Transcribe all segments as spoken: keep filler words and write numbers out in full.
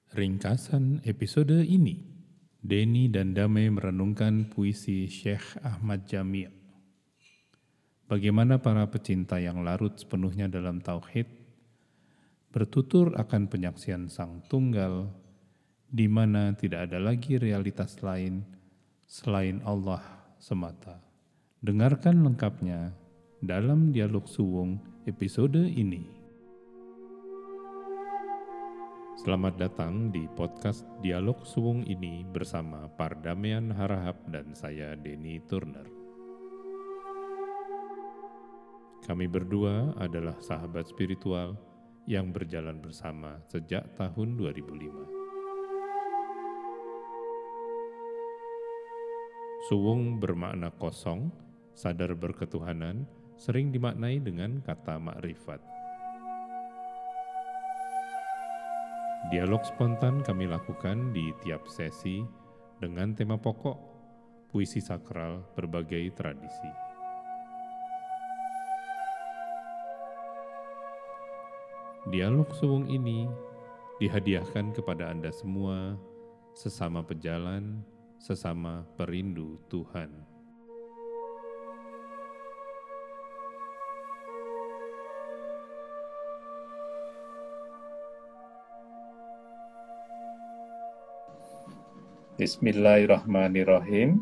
Ringkasan episode ini, Denny dan Dame merenungkan puisi Syekh Ahmad Jami'. Bagaimana para pecinta yang larut sepenuhnya dalam tauhid bertutur akan penyaksian Sang Tunggal, di mana tidak ada lagi realitas lain selain Allah semata. Dengarkan lengkapnya dalam Dialog Suwung episode ini. Selamat datang di podcast Dialog Suwung ini bersama Pardamaian Harahap dan saya Denny Turner. Kami berdua adalah sahabat spiritual yang berjalan bersama sejak tahun dua ribu lima. Suwung bermakna kosong, sadar berketuhanan, sering dimaknai dengan kata makrifat. Dialog spontan kami lakukan di tiap sesi dengan tema pokok, puisi sakral berbagai tradisi. Dialog Suwung ini dihadiahkan kepada Anda semua, sesama pejalan, sesama perindu Tuhan. Bismillahirrahmanirrahim.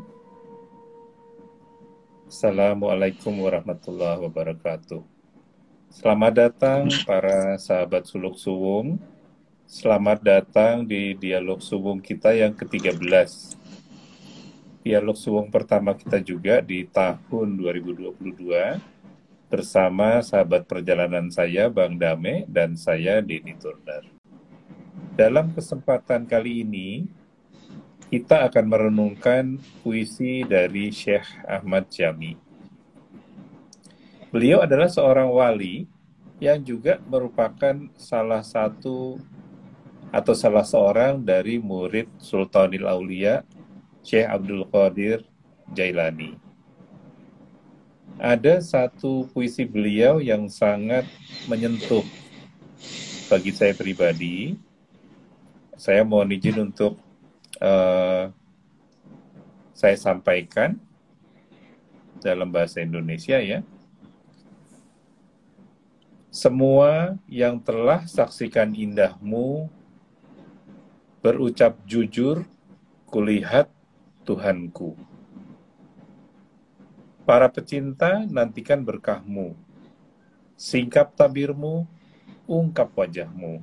Assalamualaikum warahmatullahi wabarakatuh. Selamat datang para sahabat Suluk Suwung. Selamat datang di Dialog Suwung kita yang ketiga belas. Dialog Suwung pertama kita juga di tahun dua ribu dua puluh dua bersama sahabat perjalanan saya Bang Dame dan saya Denny Turner. Dalam kesempatan kali ini kita akan merenungkan puisi dari Syekh Ahmad Jami'. Beliau adalah seorang wali yang juga merupakan salah satu atau salah seorang dari murid Sultanil Aulia, Syekh Abdul Qadir Jailani. Ada satu puisi beliau yang sangat menyentuh bagi saya pribadi. Saya mohon izin untuk Uh, saya sampaikan dalam bahasa Indonesia ya. Semua yang telah saksikan indahmu, berucap jujur, kulihat Tuhanku. Para pecinta nantikan berkahmu, singkap tabirmu, ungkap wajahmu.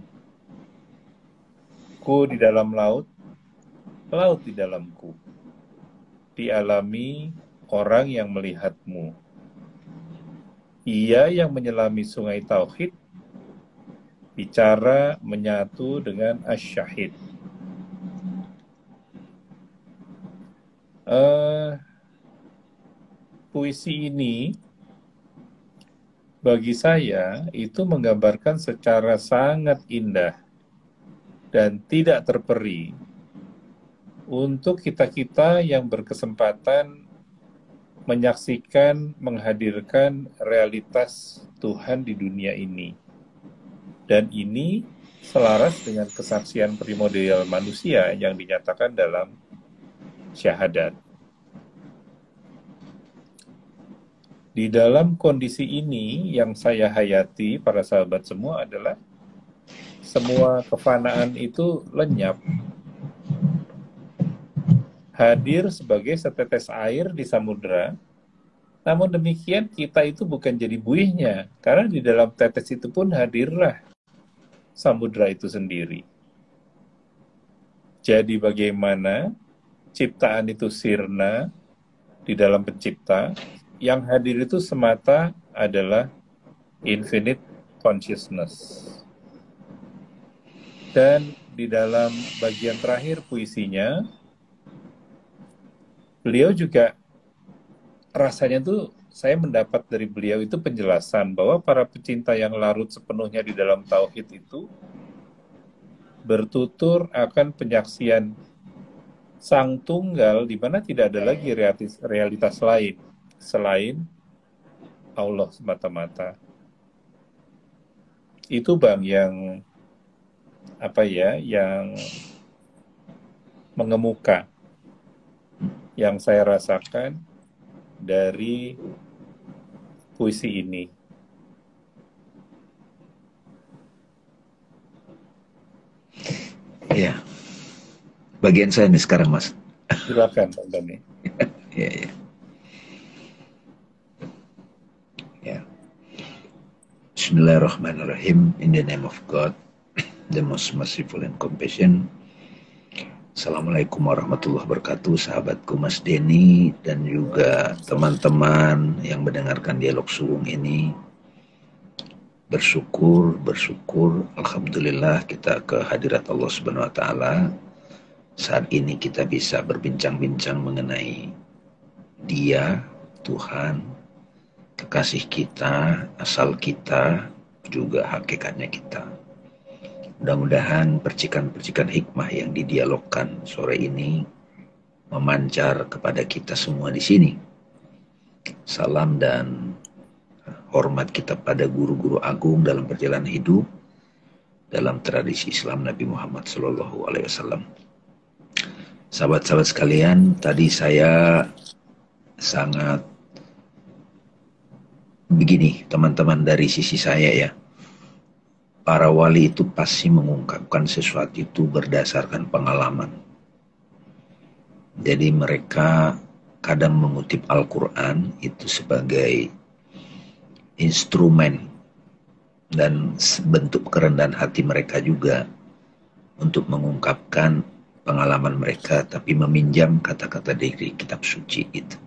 Ku di dalam laut, laut di dalamku, dialami orang yang melihatmu. Ia yang menyelami sungai tauhid, bicara menyatu dengan asyahid. Uh, puisi ini bagi saya itu menggambarkan secara sangat indah dan tidak terperi untuk kita-kita yang berkesempatan menyaksikan, menghadirkan realitas Tuhan di dunia ini. Dan ini selaras dengan kesaksian primordial manusia yang dinyatakan dalam syahadat. Di dalam kondisi ini yang saya hayati, para sahabat semua, adalah semua kefanaan itu lenyap, hadir sebagai setetes air di samudera. Namun demikian kita itu bukan jadi buihnya, karena di dalam tetes itu pun hadirlah samudera itu sendiri. Jadi bagaimana ciptaan itu sirna di dalam pencipta, yang hadir itu semata adalah infinite consciousness. Dan di dalam bagian terakhir puisinya, beliau juga rasanya tuh saya mendapat dari beliau itu penjelasan bahwa para pecinta yang larut sepenuhnya di dalam tauhid itu bertutur akan penyaksian Sang Tunggal di mana tidak ada lagi realitas, realitas lain selain Allah semata-mata. Itu Bang yang apa ya, yang mengemuka yang saya rasakan dari puisi ini. Ya, bagian saya nih sekarang, Mas. Silakan, Bang Dani. Ya, ya. Ya. Bismillahirrahmanirrahim. In the name of God, the most merciful and compassion. Assalamualaikum warahmatullahi wabarakatuh, sahabatku Mas Denny dan juga teman-teman yang mendengarkan dialog suwung ini. Bersyukur, bersyukur, alhamdulillah kita ke hadirat Allah Subhanahu wa taala. Saat ini kita bisa berbincang-bincang mengenai Dia, Tuhan, kekasih kita, asal kita, juga hakikatnya kita. Mudah-mudahan percikan-percikan hikmah yang didialogkan sore ini memancar kepada kita semua di sini. Salam dan hormat kita pada guru-guru agung dalam perjalanan hidup dalam tradisi Islam Nabi Muhammad Shallallahu Alaihi Wasallam. Sahabat-sahabat sekalian, tadi saya sangat begini, teman-teman, dari sisi saya ya. Para wali itu pasti mengungkapkan sesuatu itu berdasarkan pengalaman. Jadi mereka kadang mengutip Al-Quran itu sebagai instrumen dan bentuk kerendahan hati mereka juga untuk mengungkapkan pengalaman mereka, tapi meminjam kata-kata dari kitab suci itu.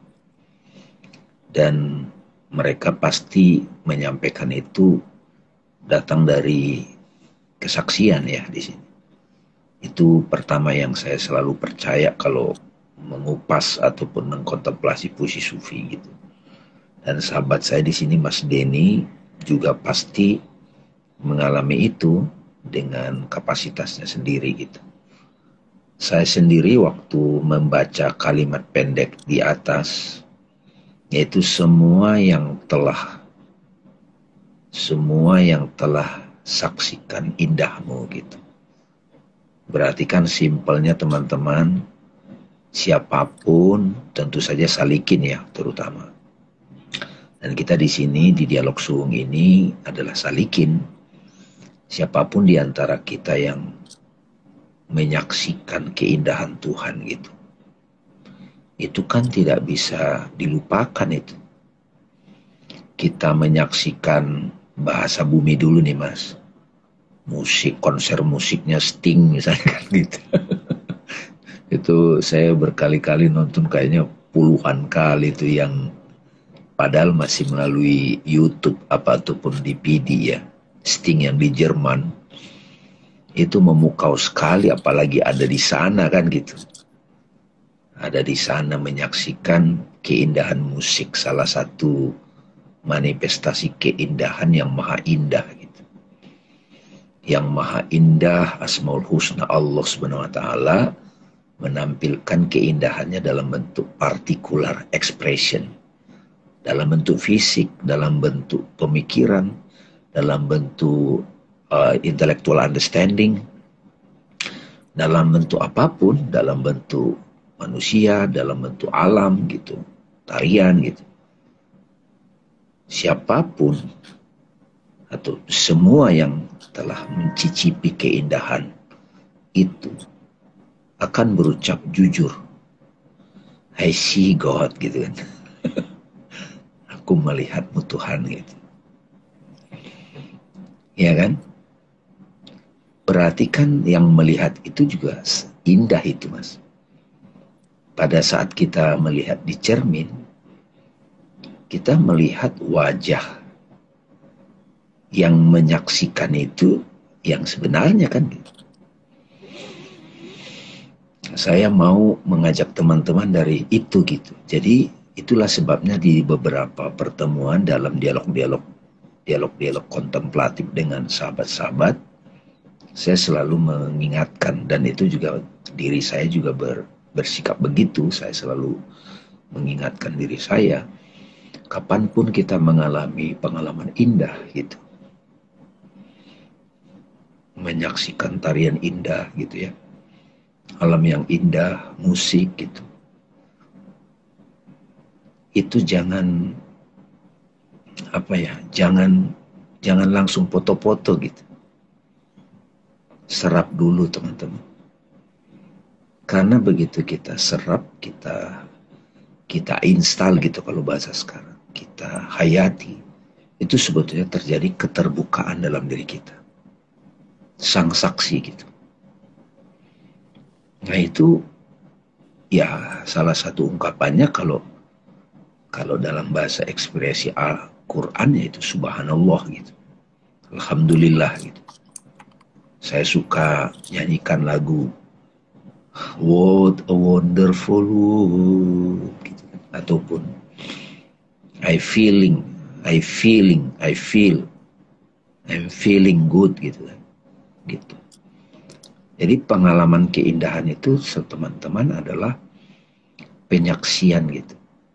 Dan mereka pasti menyampaikan itu datang dari kesaksian ya di sini. Itu pertama yang saya selalu percaya kalau mengupas ataupun mengkontemplasi puisi sufi gitu. Dan sahabat saya di sini Mas Denny juga pasti mengalami itu dengan kapasitasnya sendiri gitu. Saya sendiri waktu membaca kalimat pendek di atas, yaitu semua yang telah semua yang telah saksikan indahmu gitu. Berarti kan simpelnya teman-teman, siapapun tentu saja salikin ya terutama. Dan kita di sini di dialog suwung ini adalah salikin. Siapapun di antara kita yang menyaksikan keindahan Tuhan gitu, itu kan tidak bisa dilupakan itu. Kita menyaksikan bahasa bumi dulu nih Mas, musik, konser musiknya Sting misalnya gitu. Itu saya berkali-kali nonton, kayaknya puluhan kali itu, yang padahal masih melalui YouTube apa ataupun D V D ya. Sting yang di Jerman itu memukau sekali, apalagi ada di sana kan gitu. Ada di sana menyaksikan keindahan musik, salah satu manifestasi keindahan yang maha indah gitu. Yang maha indah, Asmaul Husna Allah Subhanahu wa taala menampilkan keindahannya dalam bentuk partikular expression, dalam bentuk fisik, dalam bentuk pemikiran, dalam bentuk uh, intellectual understanding, dalam bentuk apapun, dalam bentuk manusia, dalam bentuk alam gitu, tarian gitu. Siapapun atau semua yang telah mencicipi keindahan itu akan berucap jujur, I see God gitu kan. Aku melihatmu Tuhan gitu. Ya kan? Berarti kan yang melihat itu juga indah itu Mas. Pada saat kita melihat di cermin, kita melihat wajah yang menyaksikan itu yang sebenarnya kan gitu. Saya mau mengajak teman-teman dari itu gitu. Jadi itulah sebabnya di beberapa pertemuan dalam dialog-dialog dialog-dialog kontemplatif dengan sahabat-sahabat, saya selalu mengingatkan, dan itu juga diri saya juga ber, bersikap begitu. Saya selalu mengingatkan diri saya, kapanpun kita mengalami pengalaman indah gitu, menyaksikan tarian indah gitu ya, alam yang indah, musik gitu, itu jangan apa ya, jangan jangan langsung foto-foto gitu. Serap dulu teman-teman. Karena begitu kita serap, kita kita install gitu kalau bahasa sekarang, kita hayati, itu sebetulnya terjadi keterbukaan dalam diri kita. Sang saksi gitu. Nah itu ya salah satu ungkapannya kalau kalau dalam bahasa ekspresi Al-Quran yaitu subhanallah gitu. Alhamdulillah gitu. Saya suka nyanyikan lagu What a wonderful world gitu. Ataupun I feeling, I feeling, I feel, I'm feeling good gitu kan. Gitu. Jadi pengalaman keindahan itu teman-teman adalah penyaksian gitu.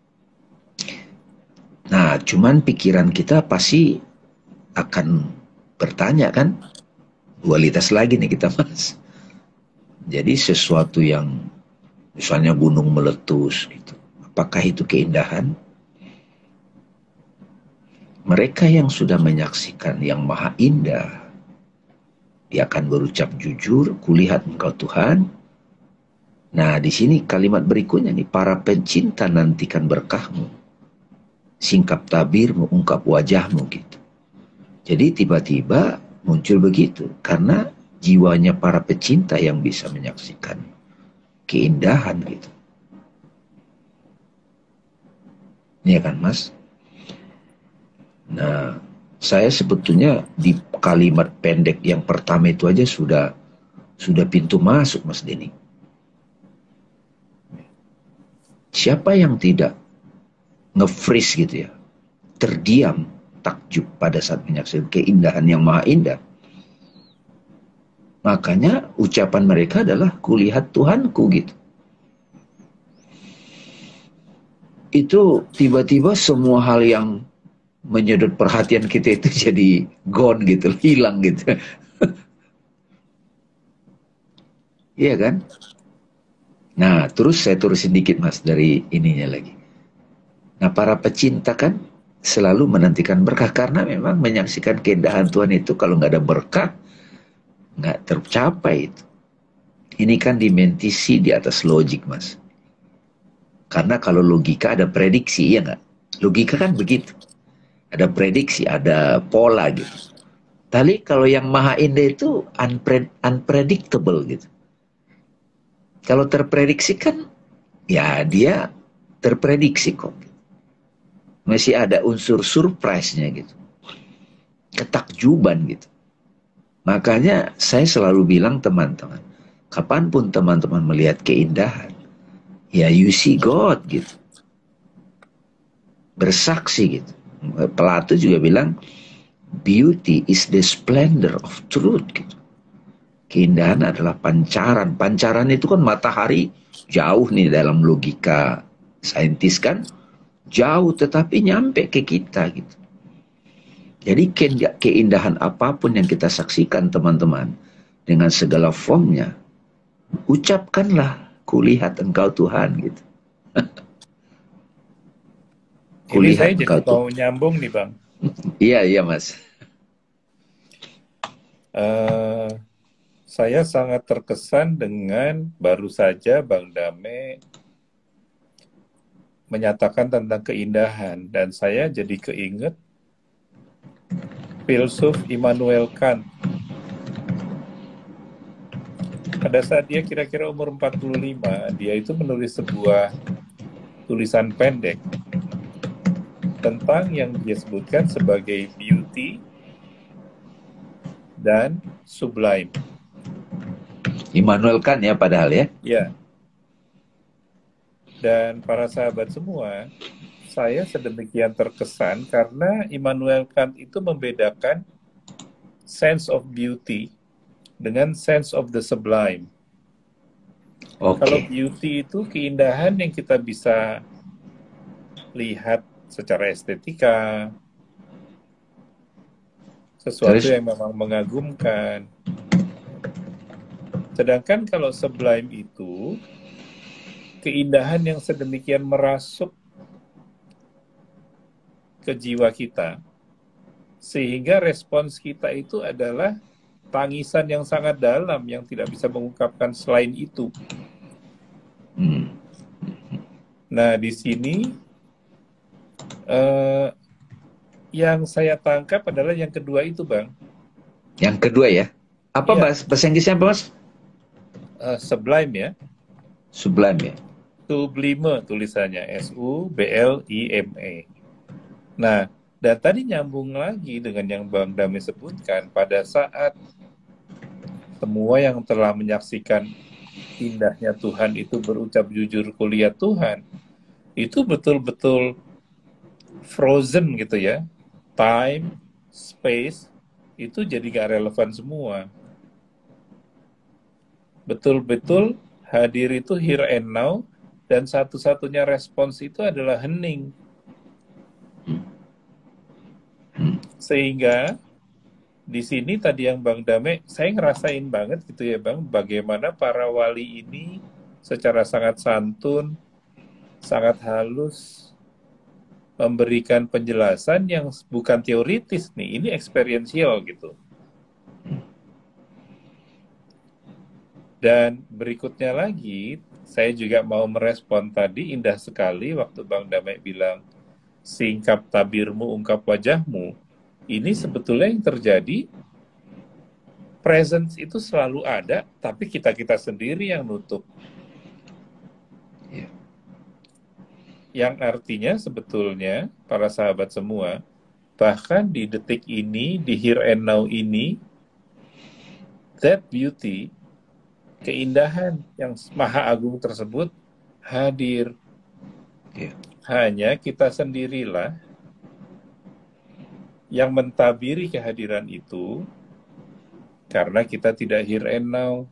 Nah, cuman pikiran kita pasti akan bertanya kan, dualitas lagi nih kita mas. Jadi sesuatu yang misalnya gunung meletus gitu, apakah itu keindahan? Mereka yang sudah menyaksikan yang maha indah, dia akan berucap jujur, kulihat engkau Tuhan. Nah, di sini kalimat berikutnya nih, para pencinta nantikan berkahmu, singkap tabirmu, ungkap wajahmu gitu. Jadi tiba-tiba muncul begitu, karena jiwanya para pecinta yang bisa menyaksikan keindahan gitu. Iya kan mas? Nah, saya sebetulnya di kalimat pendek yang pertama itu aja sudah sudah pintu masuk mas Denny. Siapa yang tidak nge-freeze gitu ya, terdiam, takjub pada saat menyaksikan keindahan yang maha indah. Makanya ucapan mereka adalah kulihat Tuhanku gitu. Itu tiba-tiba semua hal yang menyedot perhatian kita itu jadi gone gitu, hilang gitu. Iya kan? Nah, terus saya turusin dikit mas dari ininya lagi. Nah, para pecinta kan selalu menantikan berkah karena memang menyaksikan keindahan Tuhan itu kalau nggak ada berkah nggak tercapai itu. Ini kan dimensi di atas logik mas. Karena kalau logika ada prediksi, ya nggak? Logika kan begitu. Ada prediksi, ada pola gitu. Tapi kalau yang maha indah itu unpre unpredictable gitu. Kalau terprediksi kan, ya dia terprediksi kok. Masih ada unsur surprise-nya gitu. Ketakjuban gitu. Makanya saya selalu bilang teman-teman, kapanpun teman-teman melihat keindahan, ya you see God gitu. Bersaksi gitu. Plato juga bilang, beauty is the splendor of truth gitu. Keindahan adalah pancaran. Pancaran itu kan matahari jauh nih dalam logika saintis kan, jauh tetapi nyampe ke kita gitu. Jadi keindahan apapun yang kita saksikan teman-teman, dengan segala formnya, ucapkanlah, kulihat engkau Tuhan gitu. Ini saya jadi mau nyambung nih bang. Iya, iya mas. Uh, saya sangat terkesan dengan baru saja Bang Dame menyatakan tentang keindahan. Dan saya jadi keinget filsuf Immanuel Kant. Pada saat dia kira-kira umur empat puluh lima, dia itu menulis sebuah tulisan pendek tentang yang dia sebutkan sebagai beauty dan sublime. Immanuel Kant ya padahal ya. Ya. Dan para sahabat semua, saya sedemikian terkesan karena Immanuel Kant itu membedakan sense of beauty dengan sense of the sublime. Okay. Kalau beauty itu keindahan yang kita bisa lihat secara estetika, sesuatu Terus? yang memang mengagumkan. Sedangkan kalau sublime itu keindahan yang sedemikian merasuk ke jiwa kita, sehingga respons kita itu adalah tangisan yang sangat dalam yang tidak bisa mengungkapkan selain itu. Hmm. Nah, di sini eh, yang saya tangkap adalah yang kedua itu, Bang. Yang kedua ya. Apa Iya. bahasa, bahasa Inggrisnya apa, Mas? Eh, sublime ya. Sublime ya. Sublime tulisannya, S U B L I M E. Nah, dan tadi nyambung lagi dengan yang Bang Dame sebutkan, pada saat semua yang telah menyaksikan indahnya Tuhan itu berucap jujur kuliah Tuhan, itu betul-betul frozen gitu ya. Time, space, itu jadi gak relevan semua. Betul-betul hadir itu here and now, dan satu-satunya respons itu adalah hening. Sehingga di sini tadi yang Bang Dame, saya ngerasain banget gitu ya Bang, bagaimana para wali ini secara sangat santun, sangat halus, memberikan penjelasan yang bukan teoritis nih, ini experiential gitu. Dan berikutnya lagi, saya juga mau merespon tadi, indah sekali waktu Bang Dame bilang, singkap tabirmu, ungkap wajahmu. Ini sebetulnya yang terjadi, presence itu selalu ada, tapi kita-kita sendiri yang nutup. Ya. Yang artinya sebetulnya, para sahabat semua, bahkan di detik ini, di here and now ini, that beauty, keindahan yang maha agung tersebut hadir. Ya. Hanya kita sendirilah yang mentabiri kehadiran itu karena kita tidak here and now.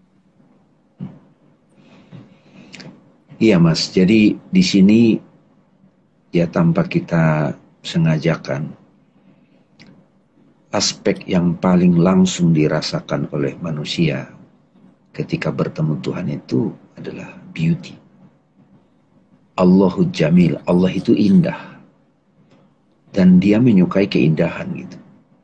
Iya Mas, jadi di sini ya tanpa kita sengajakan, aspek yang paling langsung dirasakan oleh manusia ketika bertemu Tuhan itu adalah beauty. Allahu Jamil, Allah itu indah. Dan dia menyukai keindahan gitu.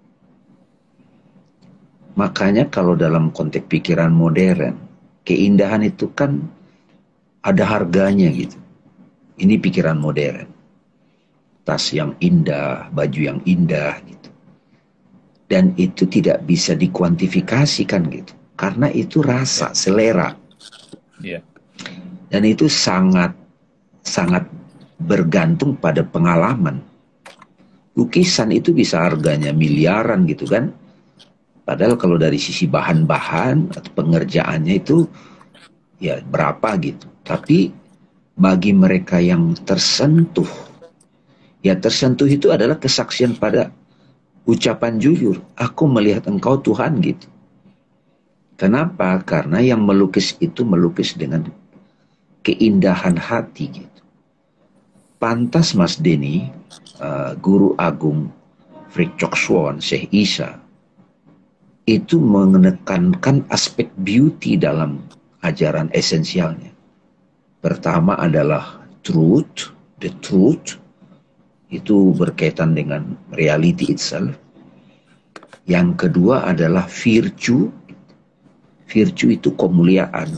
Makanya kalau dalam konteks pikiran modern, keindahan itu kan ada harganya gitu. Ini pikiran modern. Tas yang indah, baju yang indah gitu. Dan itu tidak bisa dikuantifikasikan gitu. Karena itu rasa, selera. Yeah. Dan itu sangat sangat bergantung pada pengalaman. Lukisan itu bisa harganya miliaran gitu kan. Padahal kalau dari sisi bahan-bahan atau pengerjaannya itu ya berapa gitu. Tapi bagi mereka yang tersentuh, ya tersentuh itu adalah kesaksian pada ucapan jujur. Aku melihat engkau Tuhan gitu. Kenapa? Karena yang melukis itu melukis dengan keindahan hati gitu. Pantas Mas Denny, uh, Guru Agung Frik Chok Suwon, Syekh Isa, itu menekankan aspek beauty dalam ajaran esensialnya. Pertama adalah truth, the truth, itu berkaitan dengan reality itself. Yang kedua adalah virtue, virtue itu kemuliaan.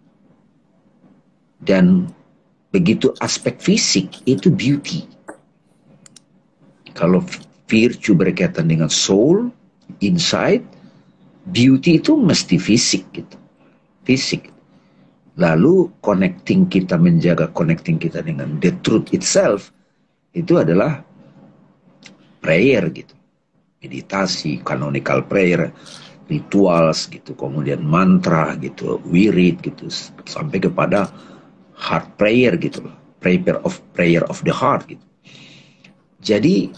Dan begitu aspek fisik itu beauty. Kalau virtue berkaitan dengan soul, inside, beauty itu mesti fisik gitu. Fisik. Lalu connecting kita, menjaga connecting kita dengan the truth itself, itu adalah prayer gitu. Meditasi, canonical prayer, rituals gitu, kemudian mantra gitu, wirid gitu, sampai kepada heart prayer gitu loh, prayer of prayer of the heart gitu. Jadi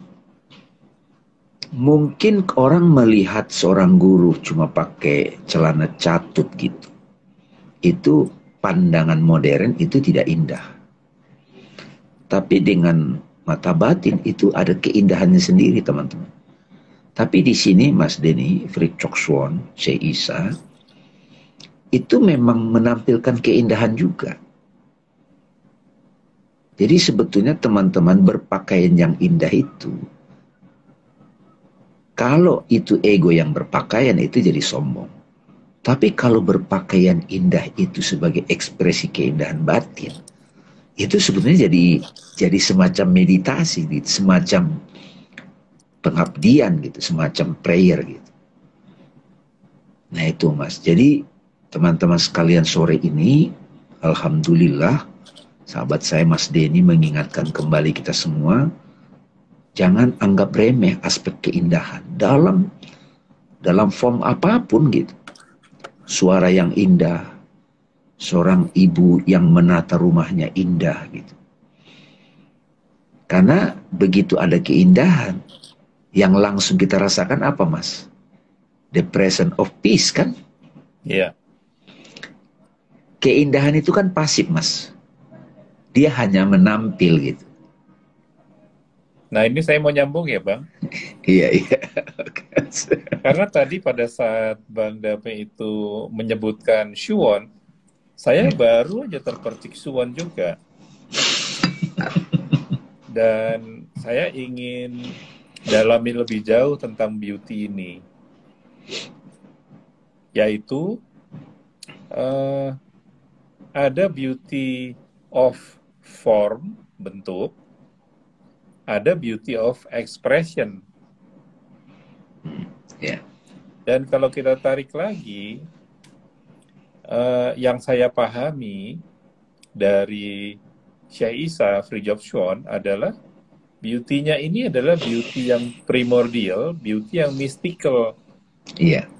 mungkin orang melihat seorang guru cuma pakai celana catut gitu, itu pandangan modern itu tidak indah. Tapi dengan mata batin itu ada keindahannya sendiri teman-teman. Tapi di sini Mas Denny Frik Chok Suwon, Syekh Isa, itu memang menampilkan keindahan juga. Jadi sebetulnya teman-teman berpakaian yang indah itu, kalau itu ego yang berpakaian itu jadi sombong. Tapi kalau berpakaian indah itu sebagai ekspresi keindahan batin, itu sebetulnya jadi jadi semacam meditasi, gitu, semacam pengabdian gitu, semacam prayer gitu. Nah itu Mas. Jadi teman-teman sekalian sore ini, alhamdulillah, sahabat saya Mas Denny mengingatkan kembali kita semua, jangan anggap remeh aspek keindahan dalam dalam form apapun gitu. Suara yang indah, seorang ibu yang menata rumahnya indah gitu. Karena begitu ada keindahan, yang langsung kita rasakan apa Mas? The presence of peace kan? Iya. Keindahan itu kan pasif Mas. Dia hanya menampil gitu. Nah ini saya mau nyambung ya Bang. Iya, iya. Karena tadi pada saat Bang Dame itu menyebutkan Suwon, saya baru aja terpercik Suwon juga. Dan saya ingin dalami lebih jauh tentang beauty ini. Yaitu uh, ada beauty of form, bentuk, ada beauty of expression. Yeah. Dan kalau kita tarik lagi, uh, yang saya pahami dari Syekh Isa Fridtjof adalah beauty-nya ini adalah beauty yang primordial, beauty yang mystical. Iya. Yeah.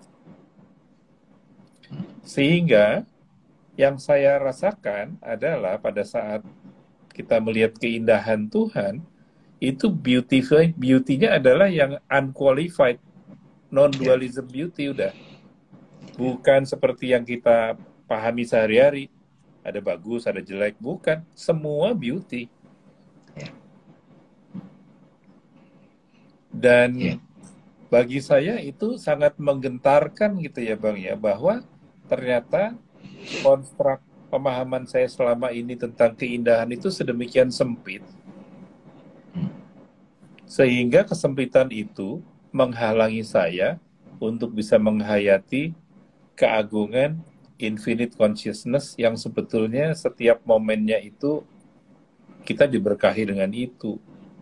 Sehingga yang saya rasakan adalah pada saat kita melihat keindahan Tuhan, itu beauty beauty-nya adalah yang unqualified, non-dualism beauty udah. Bukan seperti yang kita pahami sehari-hari, ada bagus, ada jelek, bukan. Semua beauty. Dan yeah. bagi saya itu sangat menggentarkan gitu ya Bang ya, bahwa ternyata konstruk pemahaman saya selama ini tentang keindahan itu sedemikian sempit, sehingga kesempitan itu menghalangi saya untuk bisa menghayati keagungan infinite consciousness yang sebetulnya setiap momennya itu kita diberkahi dengan itu.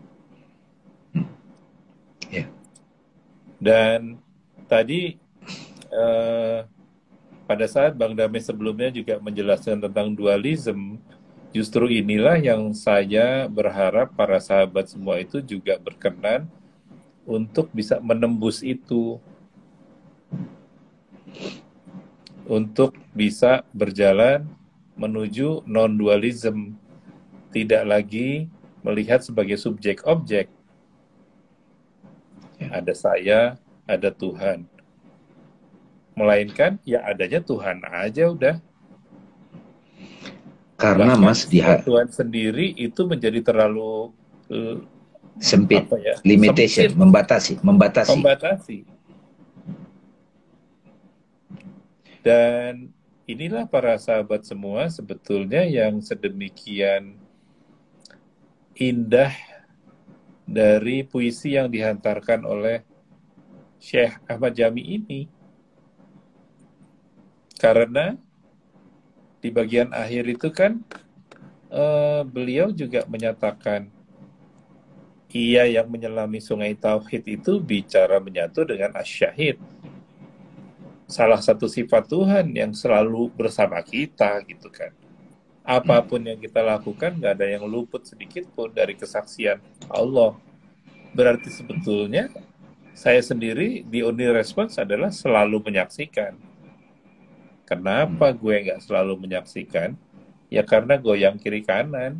Yeah. Dan tadi eh, pada saat Bang Dame sebelumnya juga menjelaskan tentang dualism, justru inilah yang saya berharap para sahabat semua itu juga berkenan untuk bisa menembus itu. Untuk bisa berjalan menuju non-dualism. Tidak lagi melihat sebagai subjek-objek. Ada saya, ada Tuhan. Melainkan ya adanya Tuhan aja udah. Karena Bahkan Mas di Tuhan sendiri itu menjadi terlalu uh, sempit, apa ya? limitation, Sempit, membatasi, membatasi. Membatasi. Dan inilah para sahabat semua sebetulnya yang sedemikian indah dari puisi yang dihantarkan oleh Syekh Ahmad Jami ini. Karena di bagian akhir itu kan uh, beliau juga menyatakan ia yang menyelami sungai Tauhid itu bicara menyatu dengan asyahid. Salah satu sifat Tuhan yang selalu bersama kita gitu kan. Apapun yang kita lakukan gak ada yang luput sedikit pun dari kesaksian Allah. Berarti sebetulnya saya sendiri di only response adalah selalu menyaksikan. Kenapa gue gak selalu menyaksikan? Ya karena goyang kiri kanan.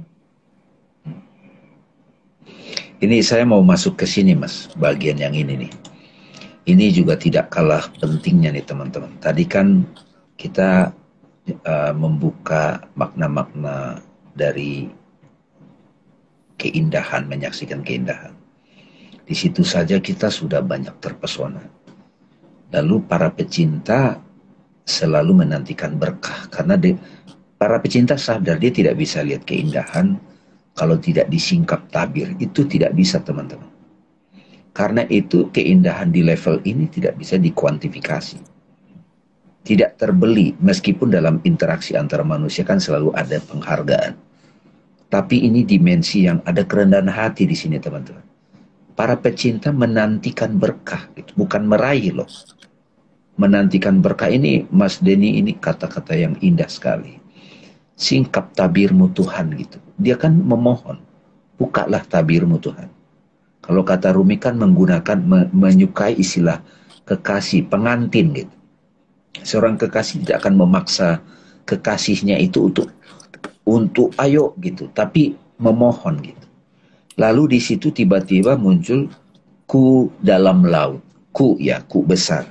Ini saya mau masuk ke sini Mas, bagian yang ini nih. Ini juga tidak kalah pentingnya nih teman-teman. Tadi kan kita uh, membuka makna-makna dari keindahan, menyaksikan keindahan. Di situ saja kita sudah banyak terpesona. Lalu para pecinta selalu menantikan berkah. Karena dia, para pecinta sadar dia tidak bisa lihat keindahan kalau tidak disingkap tabir. Itu tidak bisa, teman-teman. Karena itu keindahan di level ini tidak bisa dikuantifikasi. Tidak terbeli, meskipun dalam interaksi antara manusia kan selalu ada penghargaan. Tapi ini dimensi yang ada kerendahan hati di sini, teman-teman. Para pecinta menantikan berkah, gitu. Bukan meraih loh. Menantikan berkah ini, Mas Denny, ini kata-kata yang indah sekali. Singkap tabirmu Tuhan, gitu. Dia kan memohon, bukalah tabirmu Tuhan. Kalau kata Rumi kan menggunakan, me menyukai istilah kekasih, pengantin gitu. Seorang kekasih tidak akan memaksa kekasihnya itu untuk untuk ayo gitu, tapi memohon gitu. Lalu di situ tiba-tiba muncul ku dalam laut, ku ya, ku besar.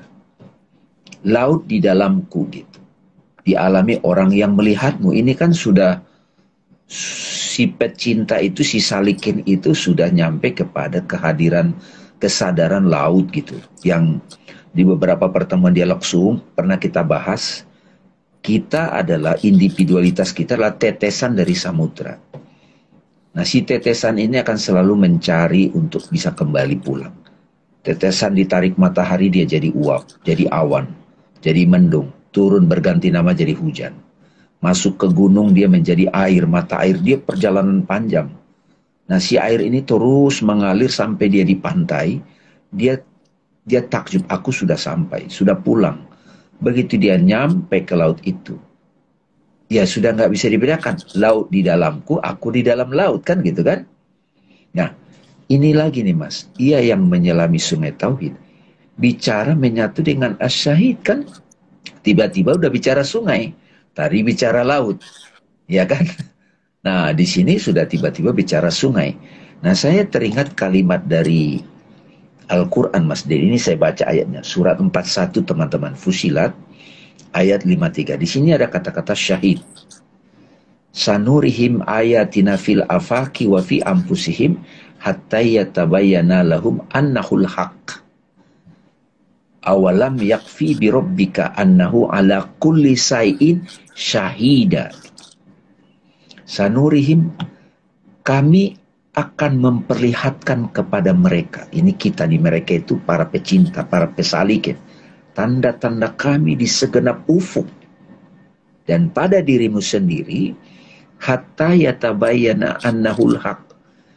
Laut di dalamku gitu. Dialami orang yang melihatmu. Ini kan sudah, si pecinta itu, si salikin itu sudah nyampe kepada kehadiran kesadaran laut gitu. Yang di beberapa pertemuan dialog Zoom pernah kita bahas, kita adalah, individualitas kita adalah tetesan dari samudra. Nah, si tetesan ini akan selalu mencari untuk bisa kembali pulang. Tetesan ditarik matahari, dia jadi uap, jadi awan, jadi mendung, turun berganti nama jadi hujan. Masuk ke gunung dia menjadi air, mata air, dia perjalanan panjang. Nah, si air ini terus mengalir sampai dia di pantai, dia dia takjub, aku sudah sampai, sudah pulang. Begitu dia nyampe ke laut itu, ya sudah nggak bisa dibedakan, laut di dalamku, aku di dalam laut, kan gitu kan. Nah, ini lagi nih Mas, ia yang menyelami sungai Tauhid, bicara menyatu dengan asyahid kan. Tiba-tiba udah bicara sungai, tadi bicara laut, ya kan. Nah, di sini sudah tiba-tiba bicara sungai. Nah, saya teringat kalimat dari Al-Quran, Mas Denny. Ini saya baca ayatnya, surat empat puluh satu teman-teman, Fusilat, ayat lima puluh tiga. Di sini ada kata-kata syahid. Sanurihim ayatina fil afaki wa fi anfusihim hatta yatabayyana lahum annahul haqq. Awalam yakfi bi rabbika annahu ala kulli shay'in syahida. Sanurihim, kami akan memperlihatkan kepada mereka, ini kita di mereka itu para pecinta, para pesalikin, tanda-tanda kami di segenap ufuk dan pada dirimu sendiri, hatta yatabayyana annahul haq,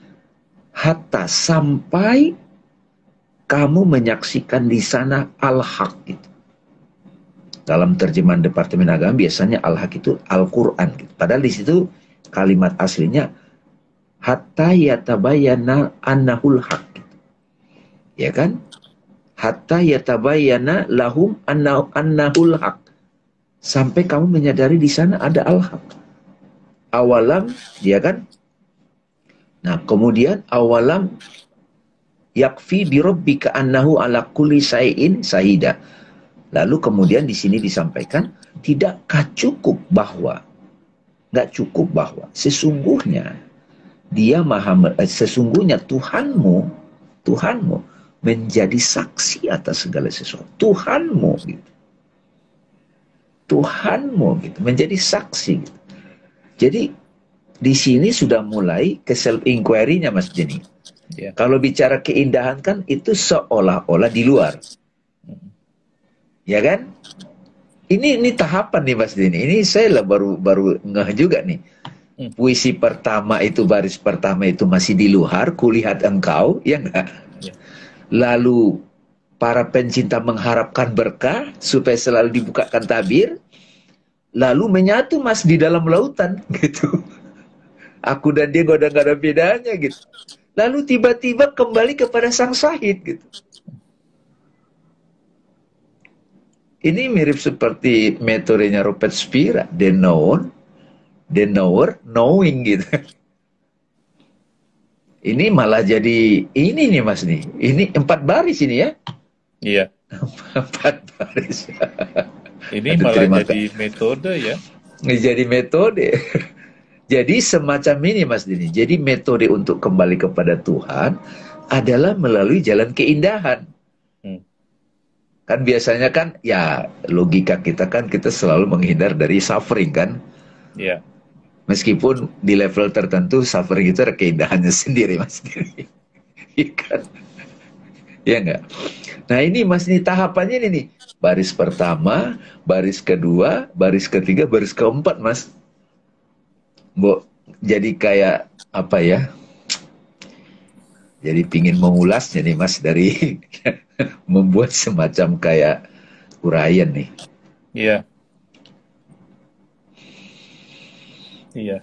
hatta sampai kamu menyaksikan di sana al-haq itu. Dalam terjemahan Departemen Agama biasanya al-haq itu Al-Quran gitu. Padahal di situ kalimat aslinya hatta yatabayyana annahul haq gitu. Ya kan? Hatta yatabayyana lahum annahul haq. Sampai kamu menyadari di sana ada al-haq. Awalam, ya kan? Nah, kemudian awalam yakfi bi rabbika annahu ala kulli shay'in syahida. Lalu kemudian di sini disampaikan, tidakkah cukup bahwa, nggak cukup bahwa sesungguhnya dia maha, sesungguhnya Tuhanmu, Tuhanmu menjadi saksi atas segala sesuatu. Tuhanmu gitu. Tuhanmu gitu, menjadi saksi gitu. Jadi di sini sudah mulai ke self inquiry-nya Mas Denny. Yeah. Kalau bicara keindahan kan itu seolah-olah di luar, ya kan? Ini ini tahapan nih Mas Denny. Ini saya lah baru baru ngeh juga nih. Hmm. Puisi pertama itu, baris pertama itu masih di luar, kulihat engkau, ya enggak? Yeah. Lalu para pencinta mengharapkan berkah supaya selalu dibukakan tabir, lalu menyatu Mas di dalam lautan gitu. Aku dan dia gak ada, gak ada bedanya gitu. Lalu tiba-tiba kembali kepada sang syahid gitu. Ini mirip seperti metodenya Robert Spira, the known, the knower, knowing gitu. Ini malah jadi ini nih Mas nih. Ini empat baris ini ya. Iya. Empat baris. Ini Aduh, malah jadi metode ya. Jadi metode. Jadi semacam ini Mas Denny. Jadi metode untuk kembali kepada Tuhan adalah melalui jalan keindahan. Hmm. Kan biasanya kan ya logika kita kan kita selalu menghindar dari suffering kan. Iya. Meskipun di level tertentu suffering itu ada keindahannya sendiri mas. Iya kan? Ya enggak? Nah ini mas, ini tahapannya ini nih. Baris pertama, baris kedua, baris ketiga, baris keempat mas. Bo, jadi kayak apa ya? Jadi pingin mengulasnya nih mas dari membuat semacam kayak uraian nih. Iya. Iya.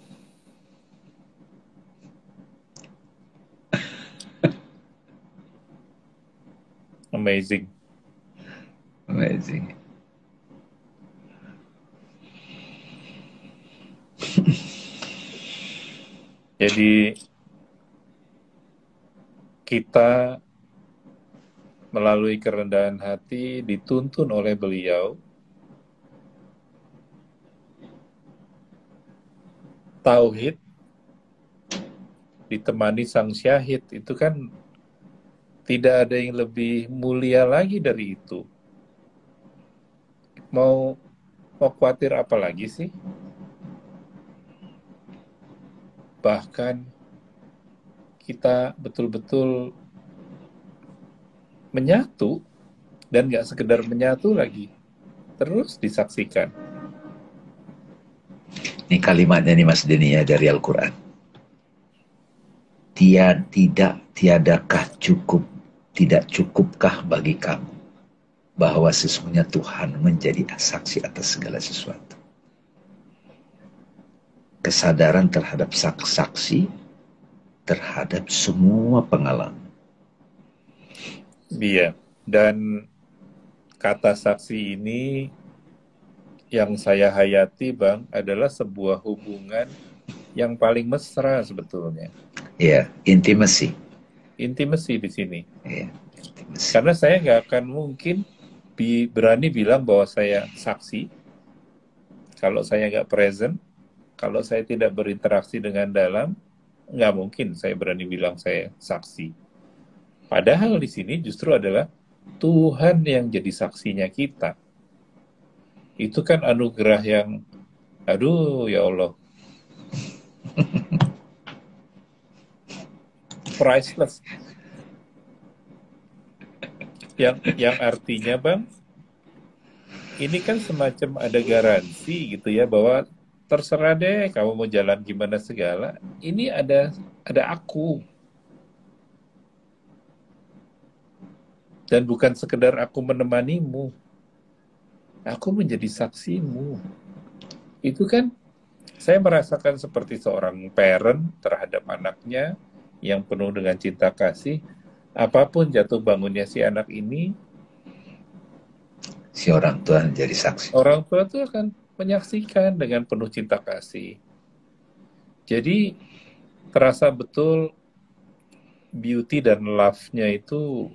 Amazing. Amazing. Jadi kita melalui kerendahan hati dituntun oleh beliau tauhid ditemani sang syahid, itu kan tidak ada yang lebih mulia lagi dari itu. Mau mau khawatir apa lagi sih? Bahkan kita betul-betul menyatu, dan gak sekedar menyatu lagi, terus disaksikan. Ini kalimatnya nih Mas Denny ya dari Al-Quran. Tiada, tidak, tiadakah cukup, tidak cukupkah bagi kamu bahwa sesungguhnya Tuhan menjadi saksi atas segala sesuatu. Kesadaran terhadap saksi, terhadap semua pengalaman. Iya, dan kata saksi ini yang saya hayati Bang adalah sebuah hubungan yang paling mesra sebetulnya. Iya, intimacy. Intimacy di sini. Iya, intimacy. Karena saya nggak akan mungkin bi- berani bilang bahwa saya saksi kalau saya nggak present, kalau saya tidak berinteraksi dengan dalam, nggak mungkin saya berani bilang saya saksi. Padahal di sini justru adalah Tuhan yang jadi saksinya kita. Itu kan anugerah yang, aduh ya Allah, priceless. Yang yang artinya Bang, ini kan semacam ada garansi gitu ya, bahwa terserah deh kamu mau jalan gimana segala, ini ada ada aku. Dan bukan sekedar aku menemanimu, aku menjadi saksimu. Itu kan saya merasakan seperti seorang parent terhadap anaknya yang penuh dengan cinta kasih. Apapun jatuh bangunnya si anak ini, Si orang tua jadi saksi. orang tua itu akan menyaksikan dengan penuh cinta kasih. Jadi terasa betul beauty dan love-nya itu.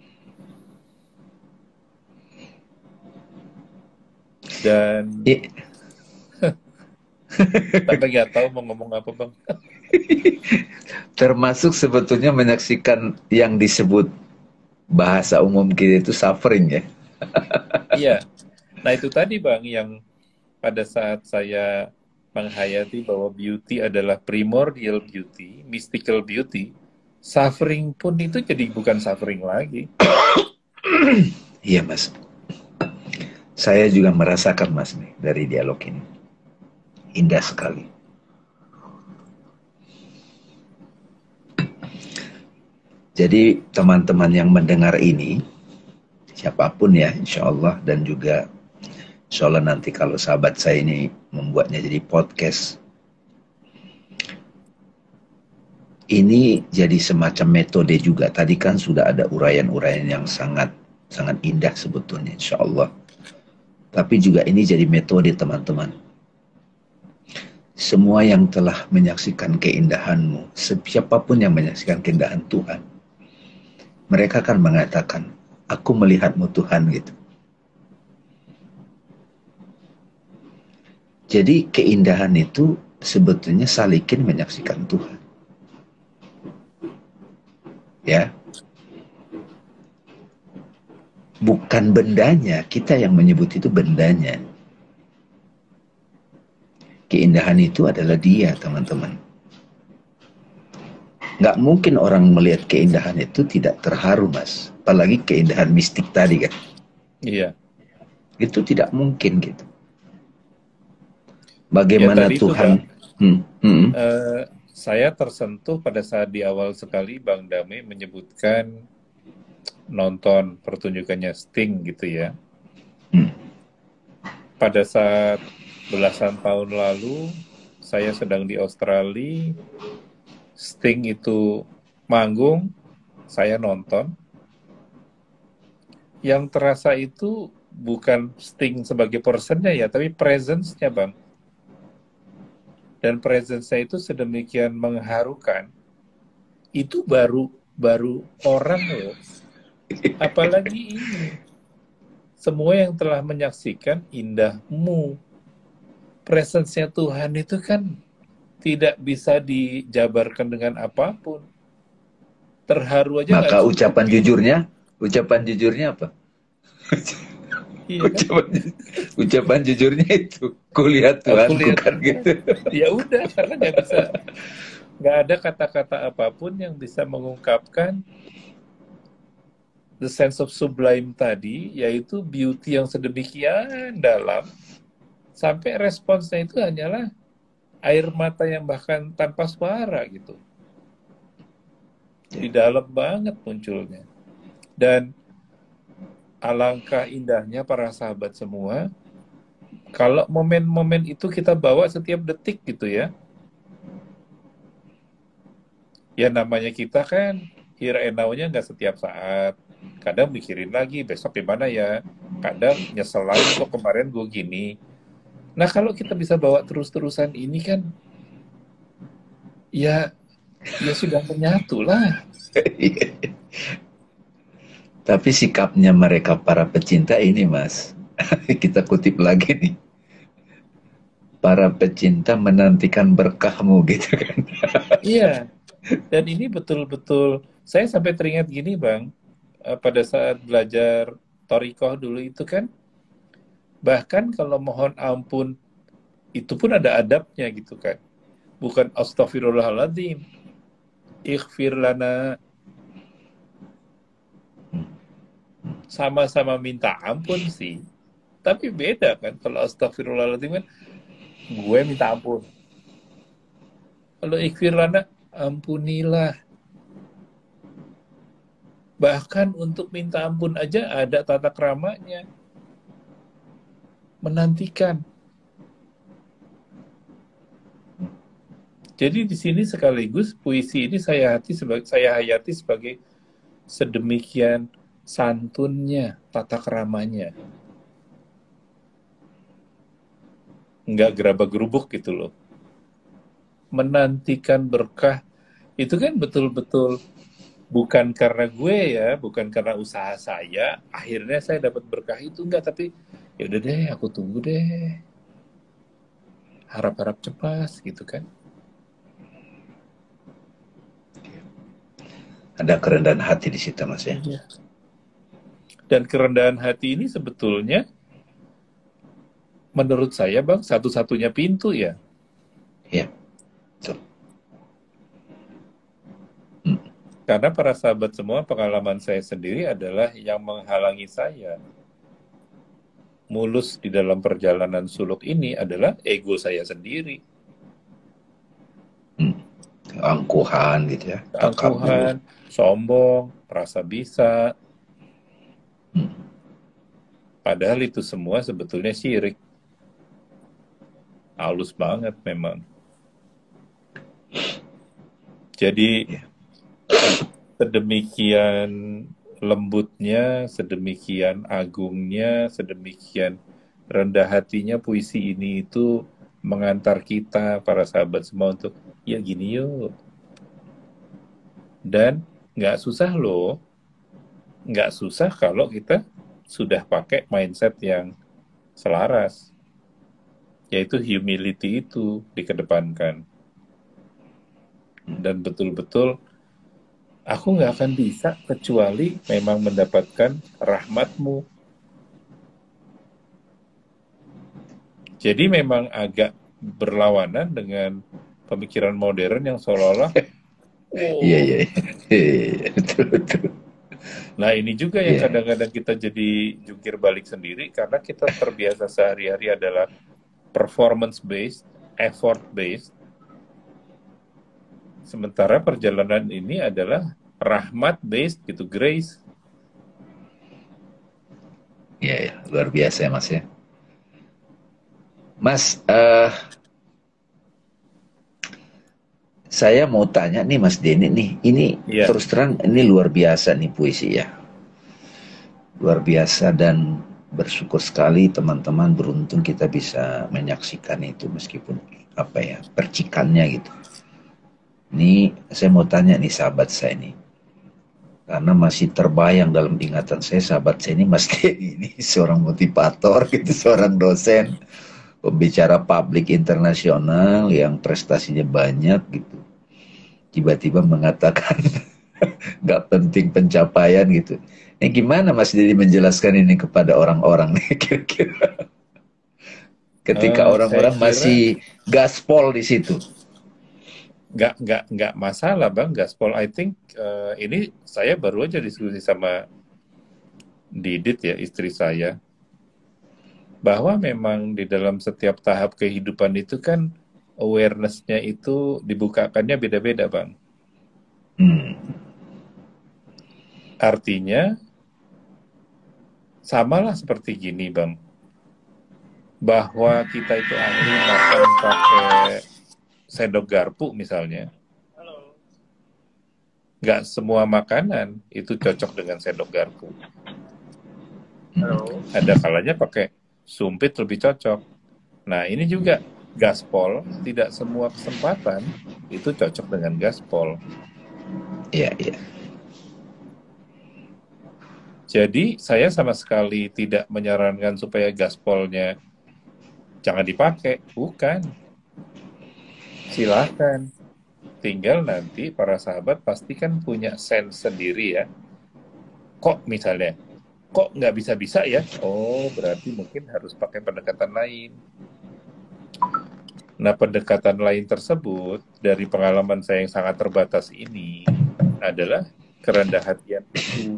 Dan I- tapi nggak tahu mau ngomong apa Bang. Termasuk sebetulnya menyaksikan yang disebut bahasa umum kita itu suffering ya. Iya. Nah itu tadi Bang yang pada saat saya menghayati bahwa beauty adalah primordial beauty, mystical beauty, suffering pun itu jadi bukan suffering lagi. Iya Mas. Saya juga merasakan Mas nih dari dialog ini. Indah sekali. Jadi teman-teman yang mendengar ini, siapapun ya insya Allah, dan juga insya Allah nanti kalau sahabat saya ini membuatnya jadi podcast, ini jadi semacam metode juga. Tadi kan sudah ada uraian-uraian yang sangat sangat indah sebetulnya insya Allah. Tapi juga ini jadi metode teman-teman. Semua yang telah menyaksikan keindahanmu, siapapun yang menyaksikan keindahan Tuhan, mereka akan mengatakan, aku melihatmu Tuhan gitu. Jadi keindahan itu sebetulnya salikin menyaksikan Tuhan. Ya. bukan bendanya, kita yang menyebut itu bendanya. Keindahan itu adalah dia, teman-teman. Nggak mungkin orang melihat keindahan itu tidak terharu, Mas. Apalagi keindahan mistik tadi kan. Iya. Itu tidak mungkin gitu. Ya Bagaimana tadi itu Tuhan... Bang, Hmm, hmm, eh, saya tersentuh pada saat di awal sekali Bang Dame menyebutkan nonton pertunjukannya Sting gitu ya. hmm. Pada saat belasan tahun lalu, saya sedang di Australia, Sting itu manggung, saya nonton. Yang terasa itu bukan Sting sebagai personnya ya, tapi presence-nya Bang. Dan presence-nya itu sedemikian mengharukan, itu baru baru orang loh. Apalagi ini, semua yang telah menyaksikan indahmu. Presence-nya Tuhan itu kan tidak bisa dijabarkan dengan apapun. Terharu aja nggak Maka cukup ucapan gitu. jujurnya, ucapan jujurnya apa? Iya kan? ucapan, ucapan jujurnya itu, kulihat Aku Tuhanku lihat kan Tuhan. gitu. Ya udah, karena nggak bisa, nggak ada kata-kata apapun yang bisa mengungkapkan the sense of sublime tadi, yaitu beauty yang sedemikian dalam, sampai responsnya itu hanyalah air mata yang bahkan tanpa suara gitu. Di dalam banget munculnya. Dan alangkah indahnya para sahabat semua, kalau momen-momen itu kita bawa setiap detik gitu ya. Ya namanya kita kan here and now-nya nggak setiap saat. Kadang mikirin lagi besok gimana ya. Kadang nyesel lagi kok kemarin gue gini. Nah kalau kita bisa bawa terus-terusan ini kan, ya ya sudah menyatu lah. Tapi sikapnya mereka para pecinta ini, Mas, kita kutip lagi nih. Para pecinta menantikan berkahmu gitu kan. Iya. Dan ini betul-betul, saya sampai teringat gini Bang, eh, pada saat belajar Torikoh dulu itu kan, bahkan kalau mohon ampun, itu pun ada adabnya gitu kan. Bukan astaghfirullahaladzim, ighfir lana, sama-sama minta ampun sih. Tapi beda kan, kalau astaghfirullahaladzim kan, gue minta ampun. Kalau ighfir lana, ampunilah. Bahkan untuk minta ampun aja ada tata keramanya. Menantikan. Jadi di sini sekaligus puisi ini saya hati sebagai saya hayati sebagai sedemikian santunnya tata keramanya. Enggak gerabak-gerubuk gitu loh. Menantikan berkah itu kan betul-betul bukan karena gue ya, bukan karena usaha saya, akhirnya saya dapat berkah itu, enggak, tapi ya udah deh, aku tunggu deh. Harap-harap cepat gitu kan. Ada kerendahan hati di situ, Mas ya. Iya. Dan kerendahan hati ini sebetulnya menurut saya Bang satu-satunya pintu ya. Iya. Betul. Karena para sahabat semua, pengalaman saya sendiri adalah yang menghalangi saya mulus di dalam perjalanan suluk ini adalah ego saya sendiri. Hmm. Keangkuhan gitu ya. Keangkuhan, sombong, merasa bisa. Hmm. Padahal itu semua sebetulnya syirik. Halus banget memang. Jadi Yeah. sedemikian lembutnya, sedemikian agungnya, sedemikian rendah hatinya puisi ini itu mengantar kita, para sahabat semua, untuk ya gini yuk. Dan nggak susah loh. Nggak susah kalau kita sudah pakai mindset yang selaras. Yaitu humility itu dikedepankan. Dan betul-betul Aku nggak akan bisa kecuali memang mendapatkan rahmatmu. Jadi memang agak berlawanan dengan pemikiran modern yang seolah-olah, Iya, oh, iya, iya. Iya, betul, betul. nah ini juga yang Iya, kadang-kadang kita jadi jungkir balik sendiri karena kita terbiasa sehari-hari adalah performance based, effort based, sementara perjalanan ini adalah rahmat based gitu, grace. iya, iya. Luar biasa ya Mas ya. Mas, eh saya mau tanya nih Mas Denny nih, ini Iya, terus terang ini luar biasa nih puisi ya. Luar biasa dan bersyukur sekali teman-teman, beruntung kita bisa menyaksikan itu meskipun apa ya, percikannya gitu. Ini saya mau tanya nih sahabat saya nih, karena masih terbayang dalam ingatan saya sahabat saya ini Mas Denny ini seorang motivator gitu, seorang dosen, pembicara publik internasional yang prestasinya banyak gitu. Tiba-tiba mengatakan nggak penting pencapaian gitu. Ini gimana Mas Denny menjelaskan ini kepada orang-orang nih kira-kira? Ketika eh, saya orang-orang kira masih gaspol di situ. nggak nggak nggak masalah bang, gaspol. I think eh, ini saya baru aja diskusi sama Didit ya, istri saya, bahwa memang di dalam setiap tahap kehidupan itu kan awareness-nya itu dibukakannya beda-beda bang. Hmm. Artinya samalah seperti gini bang, bahwa kita itu ahli makan pakai sendok garpu misalnya. Nggak semua makanan itu cocok dengan sendok garpu. Ada kalanya pakai sumpit lebih cocok. Nah, ini juga gaspol, tidak semua kesempatan itu cocok dengan gaspol. Iya, iya. Jadi, saya sama sekali tidak menyarankan supaya gaspolnya jangan dipakai. Bukan. Silakan. Tinggal nanti para sahabat pasti kan punya sense sendiri ya. Kok misalnya, kok nggak bisa-bisa ya? Oh, berarti mungkin harus pakai pendekatan lain. Nah, pendekatan lain tersebut dari pengalaman saya yang sangat terbatas ini adalah kerendah hatian itu.